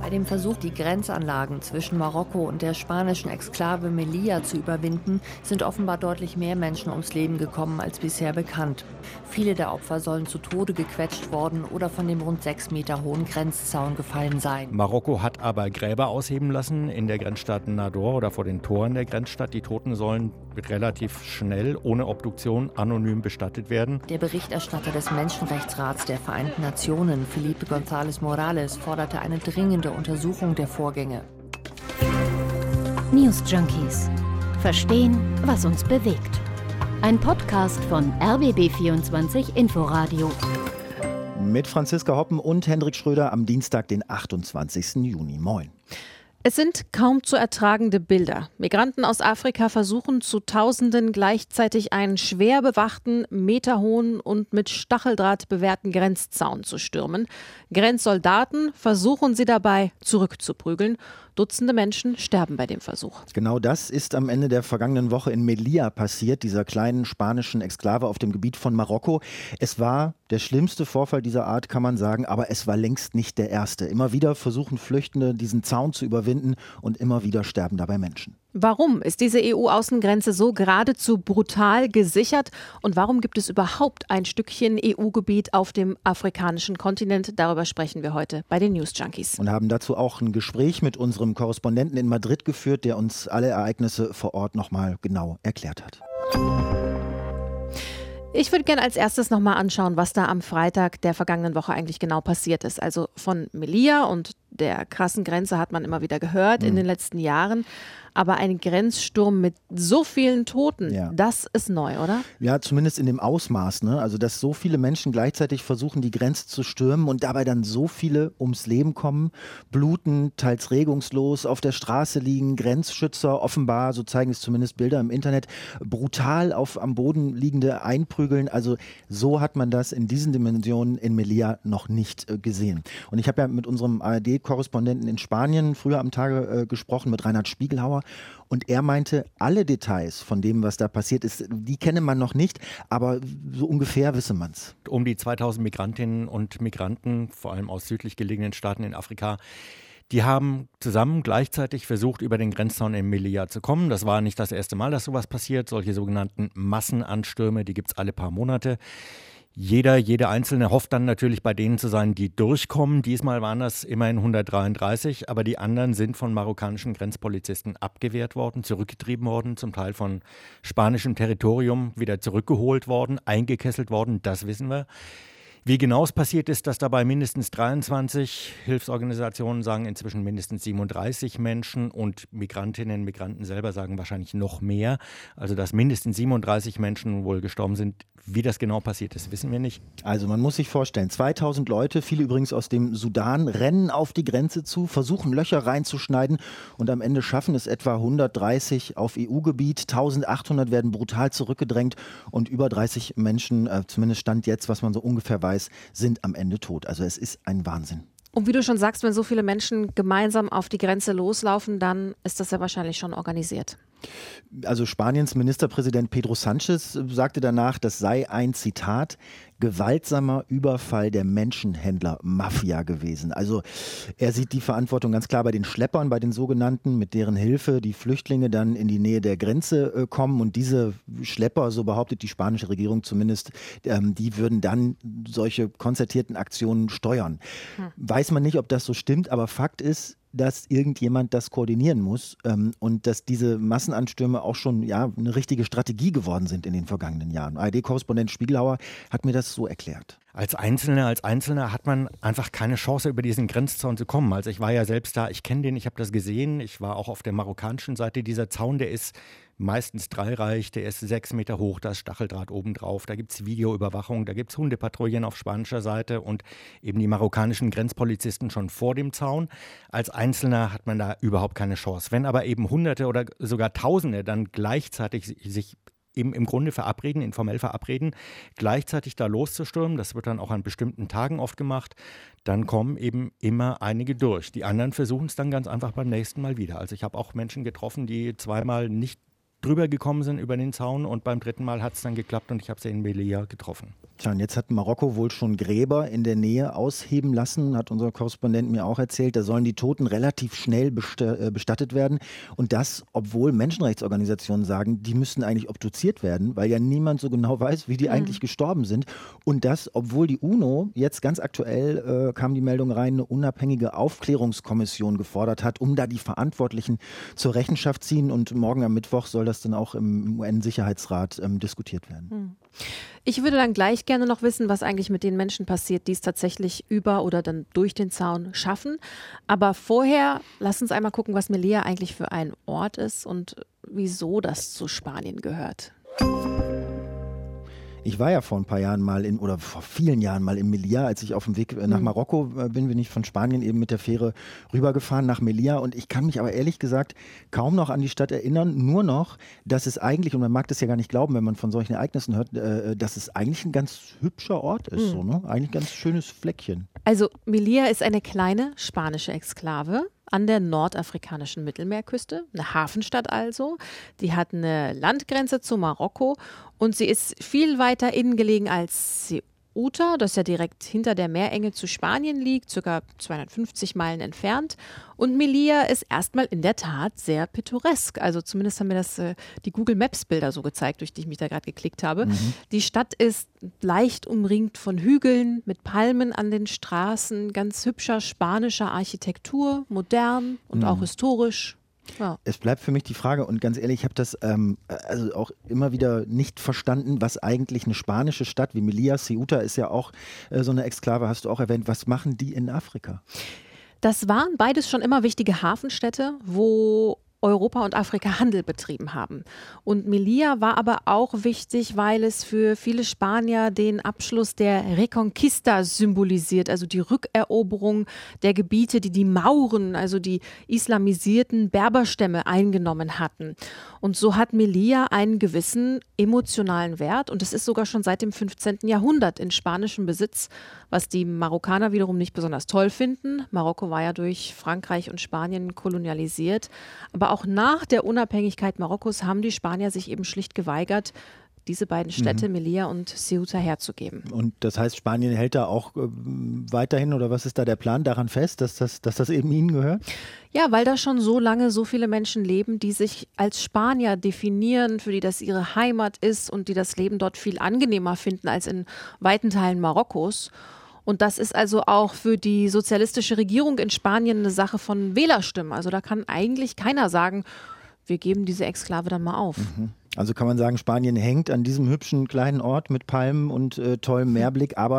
Bei dem Versuch, die Grenzanlagen zwischen Marokko und der spanischen Exklave Melilla zu überwinden, sind offenbar deutlich mehr Menschen ums Leben gekommen als bisher bekannt. Viele der Opfer sollen zu Tode gequetscht worden oder von dem rund 6 Meter hohen Grenzzaun gefallen sein. Marokko hat aber Gräber ausheben lassen in der Grenzstadt Nador oder vor den Toren der Grenzstadt. Die Toten sollen relativ schnell, ohne Obduktion, anonym bestattet werden. Der Berichterstatter des Menschenrechtsrats der Vereinten Nationen, Felipe González Morales, forderte eine dringende Untersuchung der Vorgänge. News Junkies. Verstehen, was uns bewegt. Ein Podcast von RBB24 Inforadio. Mit Franziska Hoppen und Hendrik Schröder am Dienstag, den 28. Juni. Moin. Es sind kaum zu ertragende Bilder. Migranten aus Afrika versuchen zu Tausenden gleichzeitig einen schwer bewachten, meterhohen und mit Stacheldraht bewehrten Grenzzaun zu stürmen. Grenzsoldaten versuchen sie dabei zurückzuprügeln. Dutzende Menschen sterben bei dem Versuch. Genau das ist am Ende der vergangenen Woche in Melilla passiert, dieser kleinen spanischen Exklave auf dem Gebiet von Marokko. Es war der schlimmste Vorfall dieser Art, kann man sagen, aber es war längst nicht der erste. Immer wieder versuchen Flüchtende, diesen Zaun zu überwinden und immer wieder sterben dabei Menschen. Warum ist diese EU-Außengrenze so geradezu brutal gesichert? Und warum gibt es überhaupt ein Stückchen EU-Gebiet auf dem afrikanischen Kontinent? Darüber sprechen wir heute bei den News Junkies. Und haben dazu auch ein Gespräch mit unserem Korrespondenten in Madrid geführt, der uns alle Ereignisse vor Ort nochmal genau erklärt hat. Ich würde gerne als erstes nochmal anschauen, was da am Freitag der vergangenen Woche eigentlich genau passiert ist. Also von Melilla und der krassen Grenze hat man immer wieder gehört in den letzten Jahren. Aber ein Grenzsturm mit so vielen Toten, Das ist neu, oder? Ja, zumindest in dem Ausmaß, ne? Also, dass so viele Menschen gleichzeitig versuchen, die Grenze zu stürmen und dabei dann so viele ums Leben kommen, bluten, teils regungslos auf der Straße liegen, Grenzschützer offenbar, so zeigen es zumindest Bilder im Internet, brutal auf am Boden liegende einprügeln. Also, so hat man das in diesen Dimensionen in Melilla noch nicht gesehen. Und ich habe ja mit unserem ARD-Korrespondenten in Spanien früher am Tage gesprochen, mit Reinhard Spiegelhauer. Und er meinte, alle Details von dem, was da passiert ist, die kenne man noch nicht, aber so ungefähr wisse man es. Um die 2000 Migrantinnen und Migranten, vor allem aus südlich gelegenen Staaten in Afrika, die haben zusammen gleichzeitig versucht, über den Grenzzaun in Melilla zu kommen. Das war nicht das erste Mal, dass sowas passiert. Solche sogenannten Massenanstürme, die gibt es alle paar Monate. Jede Einzelne hofft dann natürlich bei denen zu sein, die durchkommen. Diesmal waren das immerhin 133, aber die anderen sind von marokkanischen Grenzpolizisten abgewehrt worden, zurückgetrieben worden, zum Teil von spanischem Territorium wieder zurückgeholt worden, eingekesselt worden, das wissen wir. Wie genau es passiert ist, dass dabei mindestens 23 Hilfsorganisationen sagen inzwischen mindestens 37 Menschen und Migrantinnen und Migranten selber sagen wahrscheinlich noch mehr. Also dass mindestens 37 Menschen wohl gestorben sind. Wie das genau passiert ist, wissen wir nicht. Also man muss sich vorstellen, 2000 Leute, viele übrigens aus dem Sudan, rennen auf die Grenze zu, versuchen Löcher reinzuschneiden und am Ende schaffen es etwa 130 auf EU-Gebiet. 1800 werden brutal zurückgedrängt und über 30 Menschen, zumindest Stand jetzt, was man so ungefähr weiß, sind am Ende tot. Also es ist ein Wahnsinn. Und wie du schon sagst, wenn so viele Menschen gemeinsam auf die Grenze loslaufen, dann ist das ja wahrscheinlich schon organisiert. Also Spaniens Ministerpräsident Pedro Sánchez sagte danach, das sei ein, Zitat, gewaltsamer Überfall der Menschenhändler-Mafia gewesen. Also er sieht die Verantwortung ganz klar bei den Schleppern, bei den sogenannten, mit deren Hilfe die Flüchtlinge dann in die Nähe der Grenze kommen. Und diese Schlepper, so behauptet die spanische Regierung zumindest, die würden dann solche konzertierten Aktionen steuern. Weiß man nicht, ob das so stimmt, aber Fakt ist, dass irgendjemand das koordinieren muss und dass diese Massenanstürme auch schon eine richtige Strategie geworden sind in den vergangenen Jahren. ARD-Korrespondent Spiegelhauer hat mir das so erklärt. Als Einzelner hat man einfach keine Chance, über diesen Grenzzaun zu kommen. Also ich war ja selbst da, ich kenne den, ich habe das gesehen. Ich war auch auf der marokkanischen Seite. Dieser Zaun, der ist meistens dreireich, der ist 6 Meter hoch, da ist Stacheldraht obendrauf, da gibt es Videoüberwachung, da gibt es Hundepatrouillen auf spanischer Seite und eben die marokkanischen Grenzpolizisten schon vor dem Zaun. Als Einzelner hat man da überhaupt keine Chance. Wenn aber eben Hunderte oder sogar Tausende dann gleichzeitig sich im Grunde informell verabreden, gleichzeitig da loszustürmen, das wird dann auch an bestimmten Tagen oft gemacht, dann kommen eben immer einige durch. Die anderen versuchen es dann ganz einfach beim nächsten Mal wieder. Also ich habe auch Menschen getroffen, die zweimal nicht drüber gekommen sind über den Zaun und beim dritten Mal hat es dann geklappt und ich habe sie in Melilla getroffen. Tja, und jetzt hat Marokko wohl schon Gräber in der Nähe ausheben lassen, hat unser Korrespondent mir auch erzählt. Da sollen die Toten relativ schnell bestattet werden. Und das, obwohl Menschenrechtsorganisationen sagen, die müssten eigentlich obduziert werden, weil ja niemand so genau weiß, wie die eigentlich gestorben sind. Und das, obwohl die UNO jetzt ganz aktuell, kam die Meldung rein, eine unabhängige Aufklärungskommission gefordert hat, um da die Verantwortlichen zur Rechenschaft ziehen. Und morgen am Mittwoch soll das dann auch im UN-Sicherheitsrat diskutiert werden. Ich würde dann gleich gerne noch wissen, was eigentlich mit den Menschen passiert, die es tatsächlich über oder dann durch den Zaun schaffen. Aber vorher, lass uns einmal gucken, was Melilla eigentlich für ein Ort ist und wieso das zu Spanien gehört. Ich war ja vor vielen Jahren mal in Melilla, als ich auf dem Weg nach Marokko bin ich von Spanien eben mit der Fähre rübergefahren nach Melilla und ich kann mich aber ehrlich gesagt kaum noch an die Stadt erinnern, nur noch, dass es eigentlich, und man mag das ja gar nicht glauben, wenn man von solchen Ereignissen hört, dass es eigentlich ein ganz hübscher Ort ist, so, ne? Eigentlich ein ganz schönes Fleckchen. Also Melilla ist eine kleine spanische Exklave an der nordafrikanischen Mittelmeerküste, eine Hafenstadt also. Die hat eine Landgrenze zu Marokko und sie ist viel weiter innen gelegen als Ceuta, das ja direkt hinter der Meerenge zu Spanien liegt, ca. 250 Meilen entfernt. Und Melilla ist erstmal in der Tat sehr pittoresk. Also zumindest haben mir das die Google Maps Bilder so gezeigt, durch die ich mich da gerade geklickt habe. Die Stadt ist leicht umringt von Hügeln, mit Palmen an den Straßen, ganz hübscher spanischer Architektur, modern und auch historisch. Ja. Es bleibt für mich die Frage, und ganz ehrlich, ich habe das also auch immer wieder nicht verstanden, was eigentlich eine spanische Stadt wie Melilla, Ceuta ist ja auch so eine Exklave, hast du auch erwähnt, was machen die in Afrika? Das waren beides schon immer wichtige Hafenstädte, wo Europa und Afrika Handel betrieben haben. Und Melilla war aber auch wichtig, weil es für viele Spanier den Abschluss der Reconquista symbolisiert, also die Rückeroberung der Gebiete, die die Mauren, also die islamisierten Berberstämme eingenommen hatten. Und so hat Melilla einen gewissen emotionalen Wert und es ist sogar schon seit dem 15. Jahrhundert in spanischem Besitz, was die Marokkaner wiederum nicht besonders toll finden. Marokko war ja durch Frankreich und Spanien kolonialisiert, aber auch nach der Unabhängigkeit Marokkos haben die Spanier sich eben schlicht geweigert, diese beiden Städte, Melilla und Ceuta, herzugeben. Und das heißt, Spanien hält da auch weiterhin, oder was ist da der Plan, daran fest, dass das eben ihnen gehört? Ja, weil da schon so lange so viele Menschen leben, die sich als Spanier definieren, für die das ihre Heimat ist und die das Leben dort viel angenehmer finden als in weiten Teilen Marokkos. Und das ist also auch für die sozialistische Regierung in Spanien eine Sache von Wählerstimmen. Also da kann eigentlich keiner sagen, wir geben diese Exklave dann mal auf. Also kann man sagen, Spanien hängt an diesem hübschen kleinen Ort mit Palmen und tollem Meerblick, aber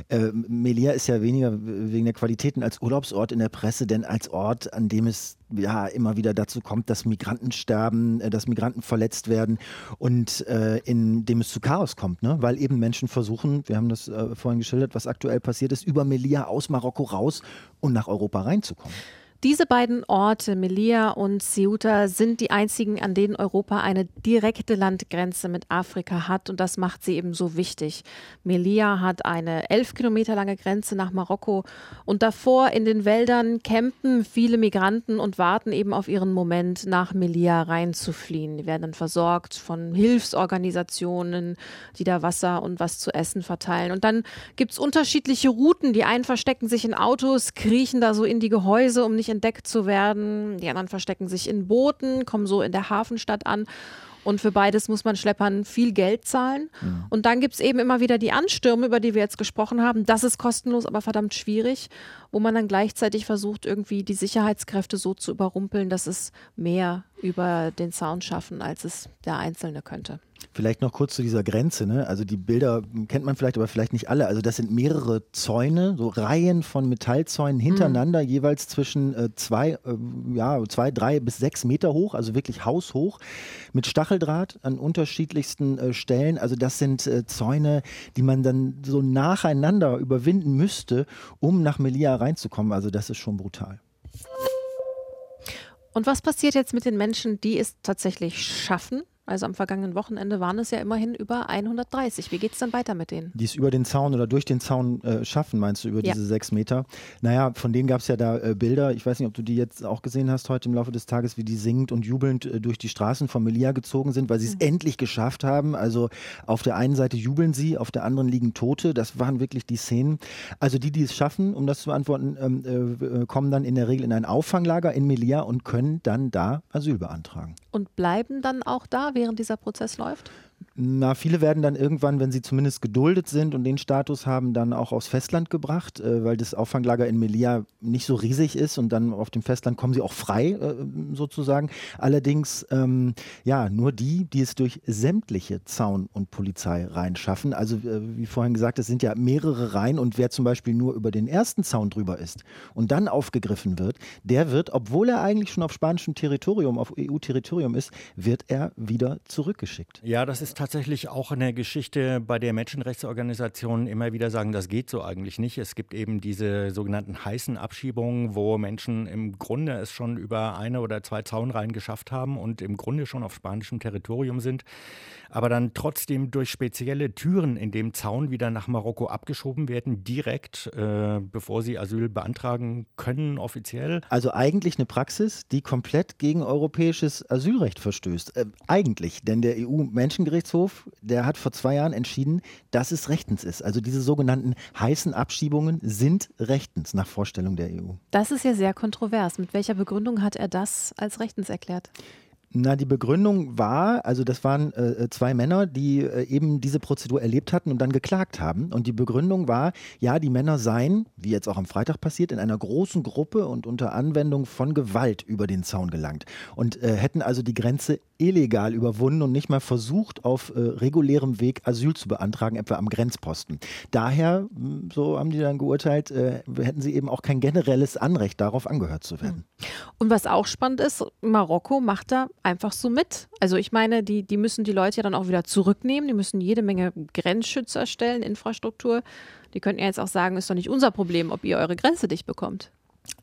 Melilla ist ja weniger wegen der Qualitäten als Urlaubsort in der Presse, denn als Ort, an dem es ja immer wieder dazu kommt, dass Migranten sterben, dass Migranten verletzt werden und in dem es zu Chaos kommt, ne? Weil eben Menschen versuchen, wir haben das vorhin geschildert, was aktuell passiert ist, über Melilla aus Marokko raus und nach Europa reinzukommen. Diese beiden Orte, Melilla und Ceuta, sind die einzigen, an denen Europa eine direkte Landgrenze mit Afrika hat und das macht sie eben so wichtig. Melilla hat eine 11 Kilometer lange Grenze nach Marokko und davor in den Wäldern campen viele Migranten und warten eben auf ihren Moment, nach Melilla reinzufliehen. Die werden dann versorgt von Hilfsorganisationen, die da Wasser und was zu essen verteilen. Und dann gibt es unterschiedliche Routen. Die einen verstecken sich in Autos, kriechen da so in die Gehäuse, um nicht entdeckt zu werden. Die anderen verstecken sich in Booten, kommen so in der Hafenstadt an. Und für beides muss man Schleppern viel Geld zahlen. Und dann gibt es eben immer wieder die Anstürme, über die wir jetzt gesprochen haben. Das ist kostenlos, aber verdammt schwierig, wo man dann gleichzeitig versucht, irgendwie die Sicherheitskräfte so zu überrumpeln, dass es mehr über den Zaun schaffen, als es der Einzelne könnte. Vielleicht noch kurz zu dieser Grenze, ne? Also die Bilder kennt man vielleicht, aber vielleicht nicht alle. Also das sind mehrere Zäune, so Reihen von Metallzäunen hintereinander, jeweils zwischen 2, 3 bis 6 Meter hoch, also wirklich haushoch, mit Stacheldraht an unterschiedlichsten Stellen. Also das sind Zäune, die man dann so nacheinander überwinden müsste, um nach Melilla reinzukommen. Also das ist schon brutal. Und was passiert jetzt mit den Menschen, die es tatsächlich schaffen? Also am vergangenen Wochenende waren es ja immerhin über 130. Wie geht es dann weiter mit denen? Die es über den Zaun oder durch den Zaun schaffen, meinst du, über diese 6 Meter? Naja, von denen gab es ja da Bilder. Ich weiß nicht, ob du die jetzt auch gesehen hast heute im Laufe des Tages, wie die singend und jubelnd durch die Straßen von Melilla gezogen sind, weil sie es endlich geschafft haben. Also auf der einen Seite jubeln sie, auf der anderen liegen Tote. Das waren wirklich die Szenen. Also die es schaffen, um das zu beantworten, kommen dann in der Regel in ein Auffanglager in Melilla und können dann da Asyl beantragen. Und bleiben dann auch da, während dieser Prozess läuft? Na, viele werden dann irgendwann, wenn sie zumindest geduldet sind und den Status haben, dann auch aufs Festland gebracht, weil das Auffanglager in Melilla nicht so riesig ist und dann auf dem Festland kommen sie auch frei sozusagen. Allerdings, nur die es durch sämtliche Zaun und Polizei reinschaffen. Also wie vorhin gesagt, es sind ja mehrere Reihen und wer zum Beispiel nur über den ersten Zaun drüber ist und dann aufgegriffen wird, der wird, obwohl er eigentlich schon auf spanischem Territorium, auf EU-Territorium ist, wird er wieder zurückgeschickt. Ja, das ist tatsächlich auch eine Geschichte, bei der Menschenrechtsorganisationen immer wieder sagen, das geht so eigentlich nicht. Es gibt eben diese sogenannten heißen Abschiebungen, wo Menschen im Grunde es schon über 1 oder 2 Zaunreihen geschafft haben und im Grunde schon auf spanischem Territorium sind, aber dann trotzdem durch spezielle Türen in dem Zaun wieder nach Marokko abgeschoben werden, direkt, bevor sie Asyl beantragen können, offiziell. Also eigentlich eine Praxis, die komplett gegen europäisches Asylrecht verstößt. Eigentlich, denn der EU-Menschengerichtshof, der hat vor 2 Jahren entschieden, dass es rechtens ist. Also diese sogenannten heißen Abschiebungen sind rechtens nach Vorstellung der EU. Das ist ja sehr kontrovers. Mit welcher Begründung hat er das als rechtens erklärt? Na, die Begründung war, also das waren 2 Männer, die eben diese Prozedur erlebt hatten und dann geklagt haben. Und die Begründung war, ja, die Männer seien, wie jetzt auch am Freitag passiert, in einer großen Gruppe und unter Anwendung von Gewalt über den Zaun gelangt. Und hätten also die Grenze illegal überwunden und nicht mal versucht, auf regulärem Weg Asyl zu beantragen, etwa am Grenzposten. Daher, so haben die dann geurteilt, hätten sie eben auch kein generelles Anrecht darauf, angehört zu werden. Und was auch spannend ist, Marokko macht da einfach so mit. Also ich meine, die müssen die Leute ja dann auch wieder zurücknehmen, die müssen jede Menge Grenzschützer stellen, Infrastruktur. Die könnten ja jetzt auch sagen, ist doch nicht unser Problem, ob ihr eure Grenze dicht bekommt.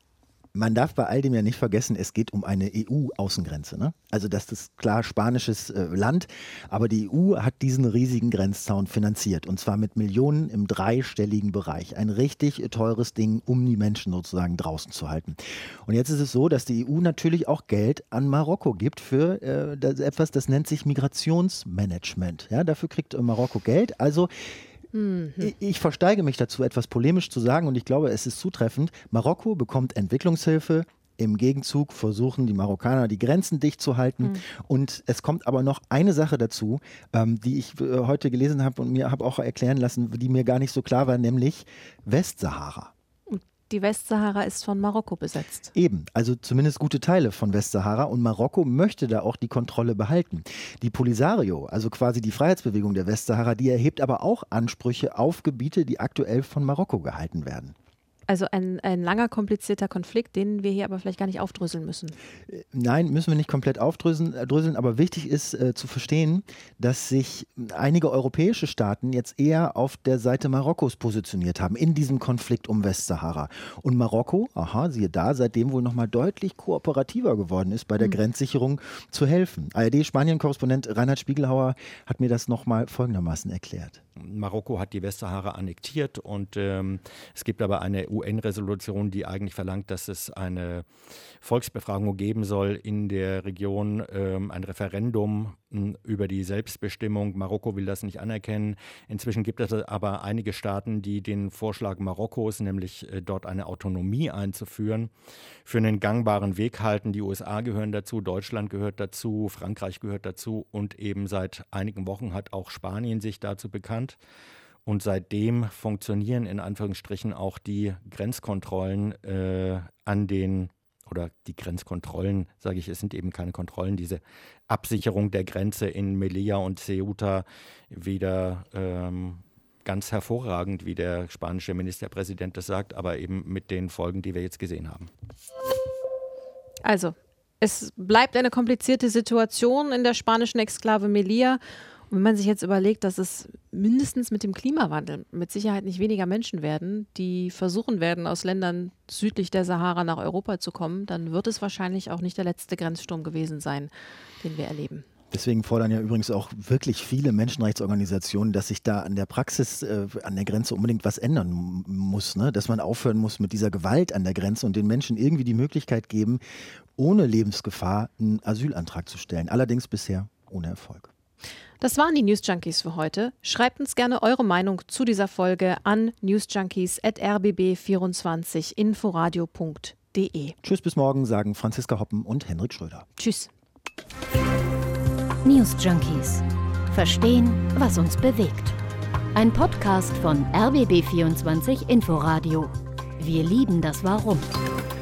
Man darf bei all dem ja nicht vergessen, es geht um eine EU-Außengrenze. Ne? Also das ist klar spanisches Land, aber die EU hat diesen riesigen Grenzzaun finanziert und zwar mit Millionen im 3-stelligen Bereich. Ein richtig teures Ding, um die Menschen sozusagen draußen zu halten. Und jetzt ist es so, dass die EU natürlich auch Geld an Marokko gibt für etwas, das nennt sich Migrationsmanagement. Ja, dafür kriegt Marokko Geld. Also ich versteige mich dazu, etwas polemisch zu sagen und ich glaube, es ist zutreffend. Marokko bekommt Entwicklungshilfe. Im Gegenzug versuchen die Marokkaner, die Grenzen dicht zu halten. Und es kommt aber noch eine Sache dazu, die ich heute gelesen habe und mir habe auch erklären lassen, die mir gar nicht so klar war, nämlich Westsahara. Die Westsahara ist von Marokko besetzt. Eben, also zumindest gute Teile von Westsahara und Marokko möchte da auch die Kontrolle behalten. Die Polisario, also quasi die Freiheitsbewegung der Westsahara, die erhebt aber auch Ansprüche auf Gebiete, die aktuell von Marokko gehalten werden. Also ein langer, komplizierter Konflikt, den wir hier aber vielleicht gar nicht aufdröseln müssen. Nein, müssen wir nicht komplett aufdröseln, aber wichtig ist zu verstehen, dass sich einige europäische Staaten jetzt eher auf der Seite Marokkos positioniert haben, in diesem Konflikt um Westsahara. Und Marokko, siehe da, seitdem wohl nochmal deutlich kooperativer geworden ist, bei der Grenzsicherung zu helfen. ARD-Spanien-Korrespondent Reinhard Spiegelhauer hat mir das nochmal folgendermaßen erklärt. Marokko hat die Westsahara annektiert und es gibt aber eine UN-Resolution, die eigentlich verlangt, dass es eine Volksbefragung geben soll in der Region, ein Referendum über die Selbstbestimmung. Marokko will das nicht anerkennen. Inzwischen gibt es aber einige Staaten, die den Vorschlag Marokkos, nämlich dort eine Autonomie einzuführen, für einen gangbaren Weg halten. Die USA gehören dazu, Deutschland gehört dazu, Frankreich gehört dazu und eben seit einigen Wochen hat auch Spanien sich dazu bekannt. Und seitdem funktionieren in Anführungsstrichen auch die Grenzkontrollen die Grenzkontrollen, sage ich, es sind eben keine Kontrollen, diese Absicherung der Grenze in Melilla und Ceuta wieder ganz hervorragend, wie der spanische Ministerpräsident das sagt, aber eben mit den Folgen, die wir jetzt gesehen haben. Also, es bleibt eine komplizierte Situation in der spanischen Exklave Melilla. Und wenn man sich jetzt überlegt, dass es mindestens mit dem Klimawandel mit Sicherheit nicht weniger Menschen werden, die versuchen werden, aus Ländern südlich der Sahara nach Europa zu kommen, dann wird es wahrscheinlich auch nicht der letzte Grenzsturm gewesen sein, den wir erleben. Deswegen fordern ja übrigens auch wirklich viele Menschenrechtsorganisationen, dass sich da an der Praxis, an der Grenze unbedingt was ändern muss, ne? Dass man aufhören muss mit dieser Gewalt an der Grenze und den Menschen irgendwie die Möglichkeit geben, ohne Lebensgefahr einen Asylantrag zu stellen. Allerdings bisher ohne Erfolg. Das waren die News Junkies für heute. Schreibt uns gerne eure Meinung zu dieser Folge an newsjunkies@rbb24inforadio.de. Tschüss, bis morgen, sagen Franziska Hoppen und Henrik Schröder. Tschüss. News Junkies. Verstehen, was uns bewegt. Ein Podcast von RBB24 Inforadio. Wir lieben das Warum.